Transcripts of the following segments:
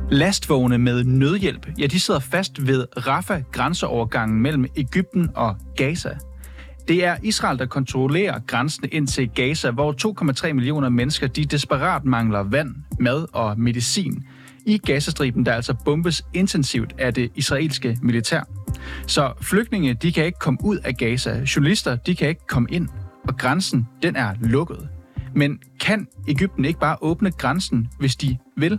Lastvogne med nødhjælp, ja, de sidder fast ved Rafah, grænseovergangen mellem Egypten og Gaza. Det er Israel, der kontrollerer grænsen ind til Gaza, hvor 2,3 millioner mennesker de desperat mangler vand, mad og medicin. I Gazastriben, der altså bombes intensivt af det israelske militær. Så flygtninge, de kan ikke komme ud af Gaza. Journalister, de kan ikke komme ind. Og grænsen, den er lukket. Men kan Egypten ikke bare åbne grænsen, hvis de vil?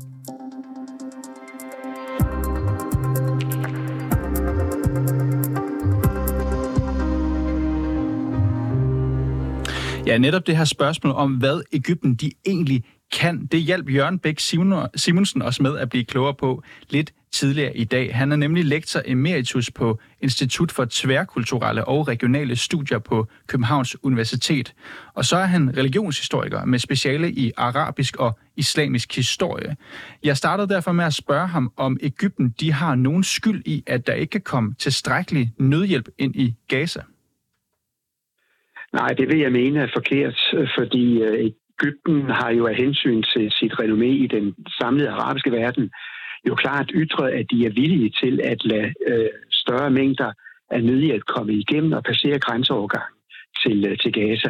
Ja, netop det her spørgsmål om, hvad Egypten de egentlig kan, det hjalp Jørgen Bæk Simonsen også med at blive klogere på lidt tidligere i dag. Han er nemlig lektor emeritus på Institut for Tværkulturelle og Regionale Studier på Københavns Universitet. Og så er han religionshistoriker med speciale i arabisk og islamisk historie. Jeg startede derfor med at spørge ham, om Egypten de har nogen skyld i, at der ikke kan komme tilstrækkelig nødhjælp ind i Gaza. Nej, det vil jeg mene er forkert, fordi Egypten har jo af hensyn til sit renommé i den samlede arabiske verden jo klart ytret, at de er villige til at lade større mængder af nødhjælp komme igennem og passere grænseovergang til Gaza.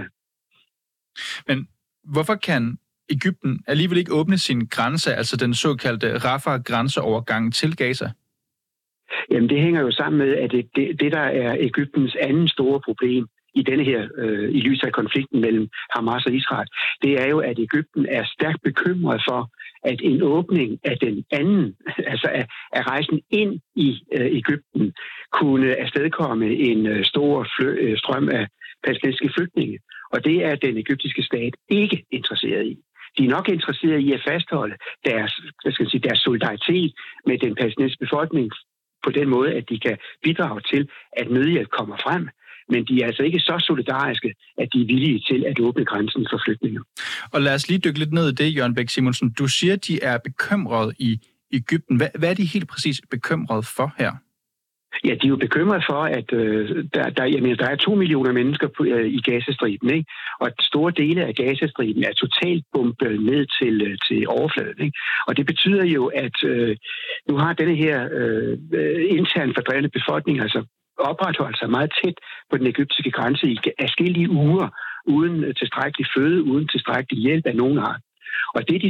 Men hvorfor kan Egypten alligevel ikke åbne sin grænse, altså den såkaldte Rafah-grænseovergang til Gaza? Jamen det hænger jo sammen med, at det der er Egyptens anden store problem i denne her, i lyset af konflikten mellem Hamas og Israel, det er jo, at Egypten er stærkt bekymret for, at en åbning af den anden, altså af rejsen ind i Egypten, kunne afstedkomme en stor strøm af palæstinensiske flygtninge. Og det er den egyptiske stat ikke interesseret i. De er nok interesseret i at fastholde deres solidaritet med den palæstinensiske befolkning på den måde, at de kan bidrage til, at nødhjælp kommer frem. Men de er altså ikke så solidariske, at de er villige til at åbne grænsen for flygtninge. Og lad os lige dykke lidt ned i det, Jørgen Bæk Simonsen. Du siger, at de er bekymrede i Egypten. Hvad er de helt præcis bekymrede for her? Ja, de er jo bekymrede for, at der er 2 millioner mennesker i Gazastriben, ikke? Og store dele af Gazastriben er totalt bombet ned til overfladen, ikke? Og det betyder jo, at nu har denne her internt fordrevne befolkning altså opretholdt sig meget tæt på den egyptiske grænse i adskillige uger, uden tilstrækkelig føde, uden tilstrækkelig hjælp af nogen art. Og det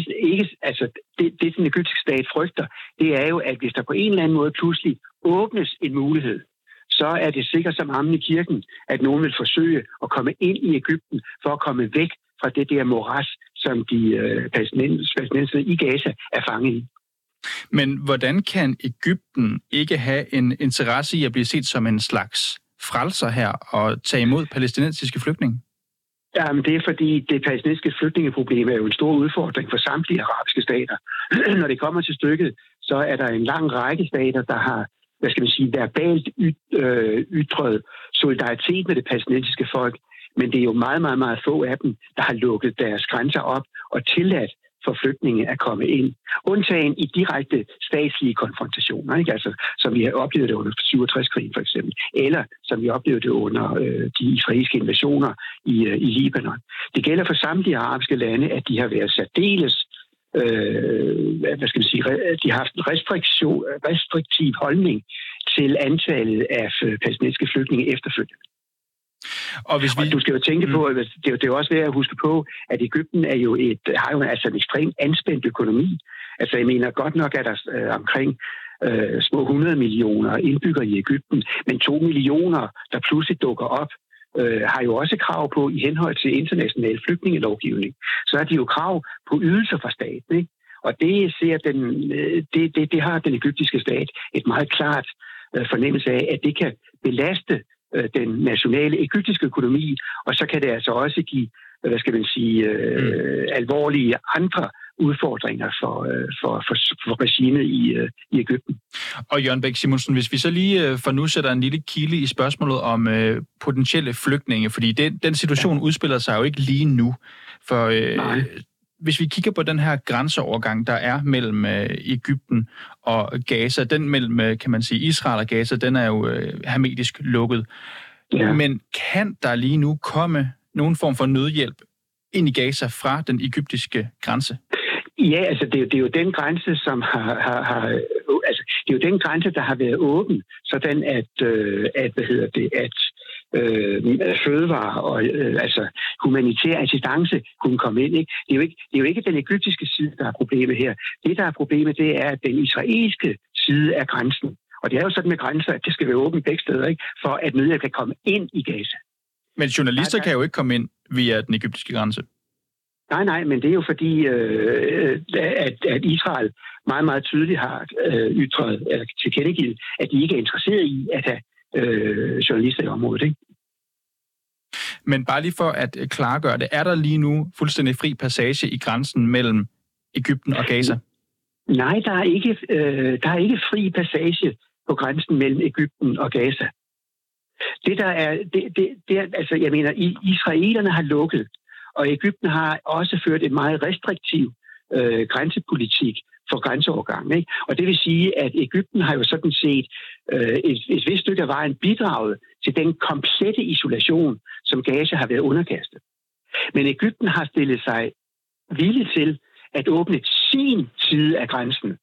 den egyptiske stat frygter, det er jo, at hvis der på en eller anden måde pludselig åbnes en mulighed, så er det sikkert som amen i kirken, at nogen vil forsøge at komme ind i Egypten for at komme væk fra det der moras, som de palæstinensere i Gaza er fanget i. Men hvordan kan Egypten ikke have en interesse i at blive set som en slags frelser her og tage imod palæstinensiske flygtninge? Jamen, det er fordi, det palæstinensiske flygtningeproblem er jo en stor udfordring for samtlige arabiske stater. Når det kommer til stykket, så er der en lang række stater, der har, verbalt ytret solidaritet med det palæstinensiske folk, men det er jo meget, meget, meget få af dem, der har lukket deres grænser op og tilladt for flygtninge at komme ind. Undtagen i direkte statslige konfrontationer, ikke? Altså, som vi har oplevet det under 67-krigen for eksempel, eller som vi oplevede det under de israelske invasioner i Libanon. Det gælder for samtlige arabiske lande, at de har været særdeles de har haft en restriktiv holdning til antallet af palæstinensiske flygtninge efterfølgende. Og du skal jo tænke på, det er jo også værd at huske på, at Egypten har jo en ekstremt anspændt økonomi. Altså jeg mener godt nok, at der omkring små 100 millioner indbyggere i Egypten, men 2 millioner, der pludselig dukker op, har jo også krav på, i henhold til international flygtningelovgivning, så har de jo krav på ydelser fra staten, ikke? Og det har den egyptiske stat et meget klart fornemmelse af, at det kan belaste den nationale egyptiske økonomi, og så kan det altså også give, alvorlige andre udfordringer for regimet i Egypten. Og Jørgen Bæk Simonsen, hvis vi så lige for nu sætter en lille kilde i spørgsmålet om potentielle flygtninge, fordi den situation udspiller sig jo ikke lige nu. For hvis vi kigger på den her grænseovergang, der er mellem Egypten og Gaza, den mellem, kan man sige, Israel og Gaza, den er jo hermetisk lukket. Ja. Men kan der lige nu komme nogen form for nødhjælp ind i Gaza fra den egyptiske grænse? Ja, altså det er jo den grænse, som altså det er jo den grænse, der har været åben, sådan at fødevarer og altså humanitær assistance kunne komme ind. Ikke? Det er jo ikke den egyptiske side, der er problemet her. Det, der er problemet, det er den israelske side af grænsen. Og det er jo sådan med grænser, at det skal være åbent begge steder, ikke? For at nødhjælp kan komme ind i Gaza. Men journalister kan jo ikke komme ind via den egyptiske grænse. Nej, men det er jo fordi, at Israel meget, meget tydeligt har ytret eller tilkendegivet, at de ikke er interesseret i at have journalister i området. Ikke? Men bare lige for at klargøre det, er der lige nu fuldstændig fri passage i grænsen mellem Egypten og Gaza? Nej, der er ikke fri passage på grænsen mellem Egypten og Gaza. Det der er, altså jeg mener, israelerne har lukket, og Egypten har også ført en meget restriktiv grænsepolitik for grænseovergangen. Ikke? Og det vil sige, at Egypten har jo sådan set et vist stykke af vejen bidraget til den komplette isolation, som Gaza har været underkastet. Men Egypten har stillet sig villig til at åbne sin side af grænsen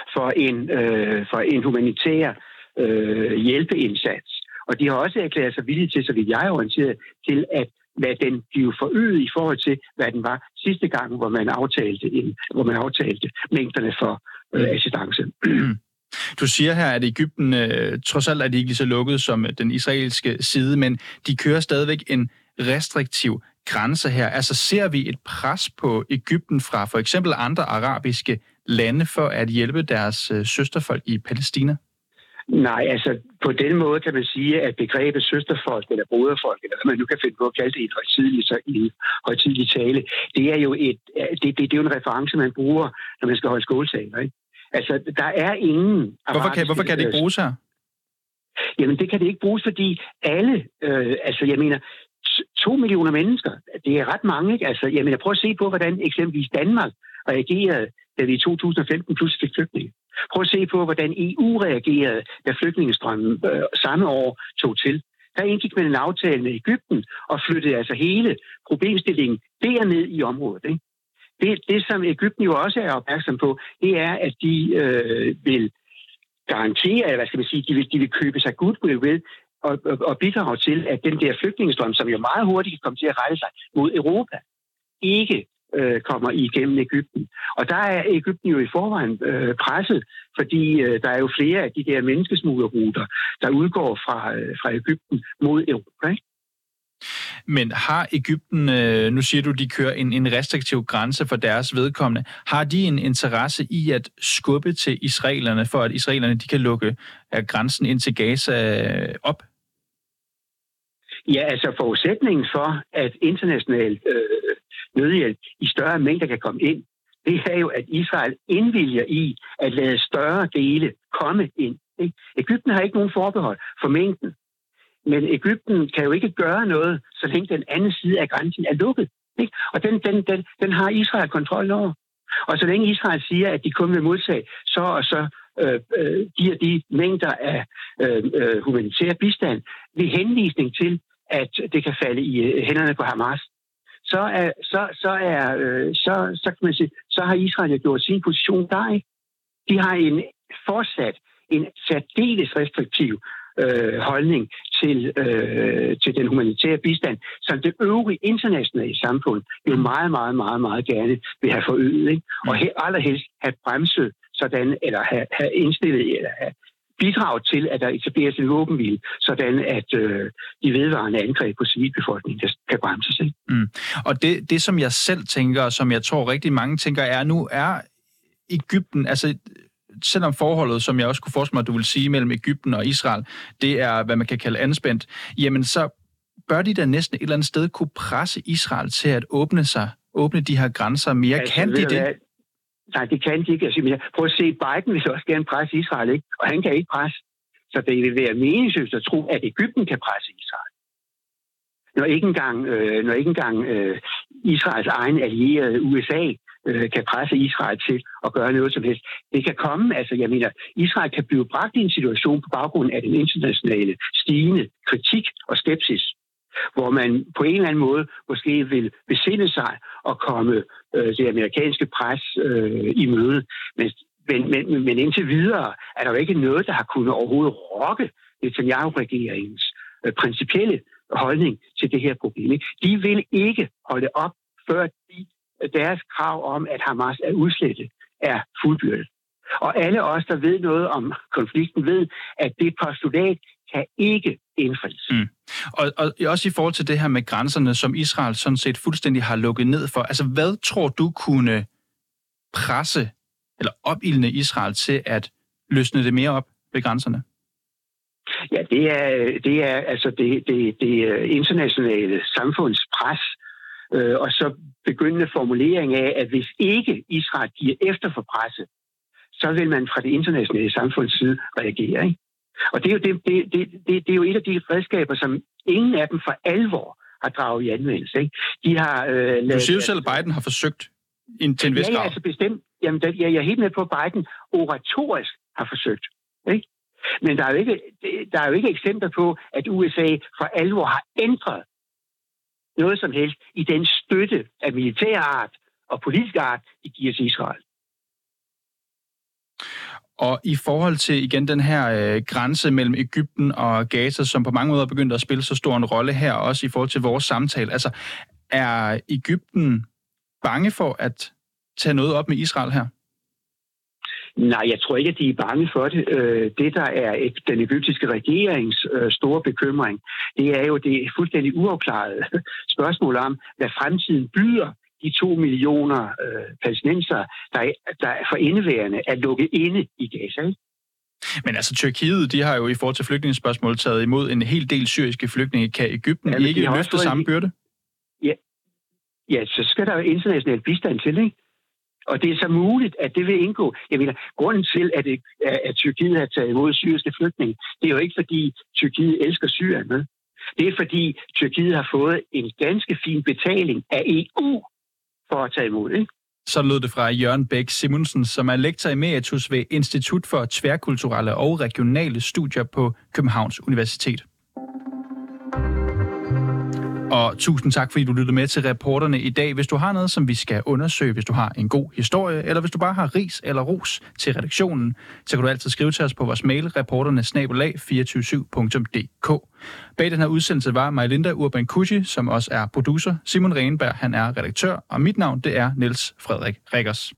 for en humanitær hjælpeindsats. Og de har også erklæret sig villige til, så vidt jeg er orienteret, til at lade den blive forøget i forhold til, hvad den var sidste gang, hvor man aftalte mængderne for assistance. Du siger her, at Egypten trods alt er de ikke lige så lukket som den israelske side, men de kører stadigvæk en restriktiv grænse her. Altså ser vi et pres på Egypten fra for eksempel andre arabiske lande for at hjælpe deres søsterfolk i Palæstina? Nej, altså på den måde kan man sige, at begrebet søsterfolk eller broderfolk, eller hvad man nu kan finde på at kalde det i en højtidelig tale, det er jo en reference, man bruger, når man skal holde skåltaler, ikke? Altså, der er ingen... Hvorfor kan det ikke bruges her? Jamen, det kan det ikke bruges, fordi alle... 2 millioner mennesker, det er ret mange, ikke? Altså, jeg mener, prøv at se på, hvordan eksempelvis Danmark reagerede, da vi i 2015 pludselig fik flygtninge. Prøv at se på, hvordan EU reagerede, da flygtningestrømmen samme år tog til. Der indgik man en aftale med Egypten og flyttede altså hele problemstillingen derned i området, ikke? Det, som Egypten jo også er opmærksom på, det er, at de vil garantere, eller hvad skal man sige, de vil købe sig goodwill ved og bidrage til, at den der flygtningestrøm, som jo meget hurtigt kan komme til at rette sig mod Europa, ikke kommer igennem Egypten. Og der er Egypten jo i forvejen presset, fordi der er jo flere af de der menneskesmuglerruter, der udgår fra Egypten mod Europa, ikke? Men har Egypten, nu siger du, de kører en restriktiv grænse for deres vedkommende, har de en interesse i at skubbe til israelerne, for at israelerne de kan lukke grænsen ind til Gaza op? Ja, altså forudsætningen for, at international nødhjælp i større mængder kan komme ind, det er jo, at Israel indvilger i at lade større dele komme ind. Ikke? Egypten har ikke nogen forbehold for mængden. Men Egypten kan jo ikke gøre noget, så længe den anden side af grænsen er lukket. Ikke? Og den har Israel kontrol over. Og så længe Israel siger, at de kun vil modtage så og så de mængder af humanitær bistand ved henvisning til, at det kan falde i hænderne på Hamas, så kan man sige, så har Israel jo gjort sin position der, ikke? De har en særdeles restriktiv holdning til den humanitære bistand, som det øvrige internationale samfund jo meget, meget, meget, meget gerne vil have forøget, ikke? Og allerhelst have bremset sådan, eller have indstillet, eller have bidrag til, at der etableres en våbenhvile, sådan at de vedvarende angreb på civilbefolkningen kan bremses, ikke? Og det, som jeg selv tænker, og som jeg tror rigtig mange tænker, er, nu er Egypten, altså selvom forholdet, som jeg også kunne forestille mig, at du vil sige, mellem Egypten og Israel, det er, hvad man kan kalde anspændt, jamen så bør de da næsten et eller andet sted kunne presse Israel til at åbne de her grænser mere. Altså, kan de det? Nej, det kan de ikke. Altså, prøv at se, Biden vil også gerne presse Israel, ikke? Og han kan ikke presse. Så det vil være meningsløst at tro, at Egypten kan presse Israel. Når ikke engang Israels egen allierede USA kan presse Israel til at gøre noget som helst. Det kan komme, altså jeg mener, Israel kan blive bragt i en situation på baggrund af den internationale stigende kritik og skepsis. hvor man på en eller anden måde måske vil besinde sig og komme det amerikanske pres i møde. Men indtil videre er der jo ikke noget, der har kunnet overhovedet rokke Netanyahu-regeringens principielle holdning til det her problem. De vil ikke holde op, før deres krav om, at Hamas er udslettet, er fuldbyrdet. Og alle os, der ved noget om konflikten, ved, at det postulat kan ikke indfries. Og også i forhold til det her med grænserne, som Israel sådan set fuldstændig har lukket ned for. Altså, hvad tror du kunne presse eller opildne Israel til at løsne det mere op ved grænserne? Ja, det er altså det internationale samfunds pres, og så begyndende formulering af, at hvis ikke Israel giver efter for presset, så vil man fra det internationale samfunds side reagere, ikke? Og det er jo et af de redskaber, som ingen af dem for alvor har draget i anvendelse, ikke? De har du siger jo selv, at Biden har forsøgt til en vis grad. Ja, altså bestemt. Jamen, jeg er helt med på, at Biden oratorisk har forsøgt, ikke? Men der er jo ikke eksempler på, at USA for alvor har ændret noget som helst i den støtte af militær art og politisk art, de giver til Israel. Og i forhold til igen den her grænse mellem Egypten og Gaza, som på mange måder er begyndt at spille så stor en rolle her, også i forhold til vores samtale. Altså, er Egypten bange for at tage noget op med Israel her? Nej, jeg tror ikke, at de er bange for det. Det, der er den egyptiske regerings store bekymring, det er jo det fuldstændig uafklarede spørgsmål om, hvad fremtiden byder de 2 millioner palæstinensere, der for indeværende er lukket inde i Gaza. Men altså, Tyrkiet, de har jo i forhold til flygtningespørgsmålet taget imod en hel del syriske flygtninge. Kan Egypten ikke løfte samme byrde? Ja, så skal der jo international bistand til, ikke? Og det er så muligt, at det vil indgå. Jeg mener, grunden til, at Tyrkiet har taget imod syriske flygtninge, det er jo ikke, fordi Tyrkiet elsker Syrien. Det er, fordi Tyrkiet har fået en ganske fin betaling af EU for at tage imod, ikke? Så lød det fra Jørgen Bæk Simonsen, som er lektor emeritus ved Institut for Tværkulturelle og Regionale Studier på Københavns Universitet. Og tusind tak, fordi du lyttede med til Reporterne i dag. Hvis du har noget, som vi skal undersøge, hvis du har en god historie, eller hvis du bare har ris eller ros til redaktionen, så kan du altid skrive til os på vores mail, reporterne@247.dk. Bag den her udsendelse var Majlinda Urban Kucci, som også er producer. Simon Renberg, han er redaktør, og mit navn, det er Niels Frederik Rikkers.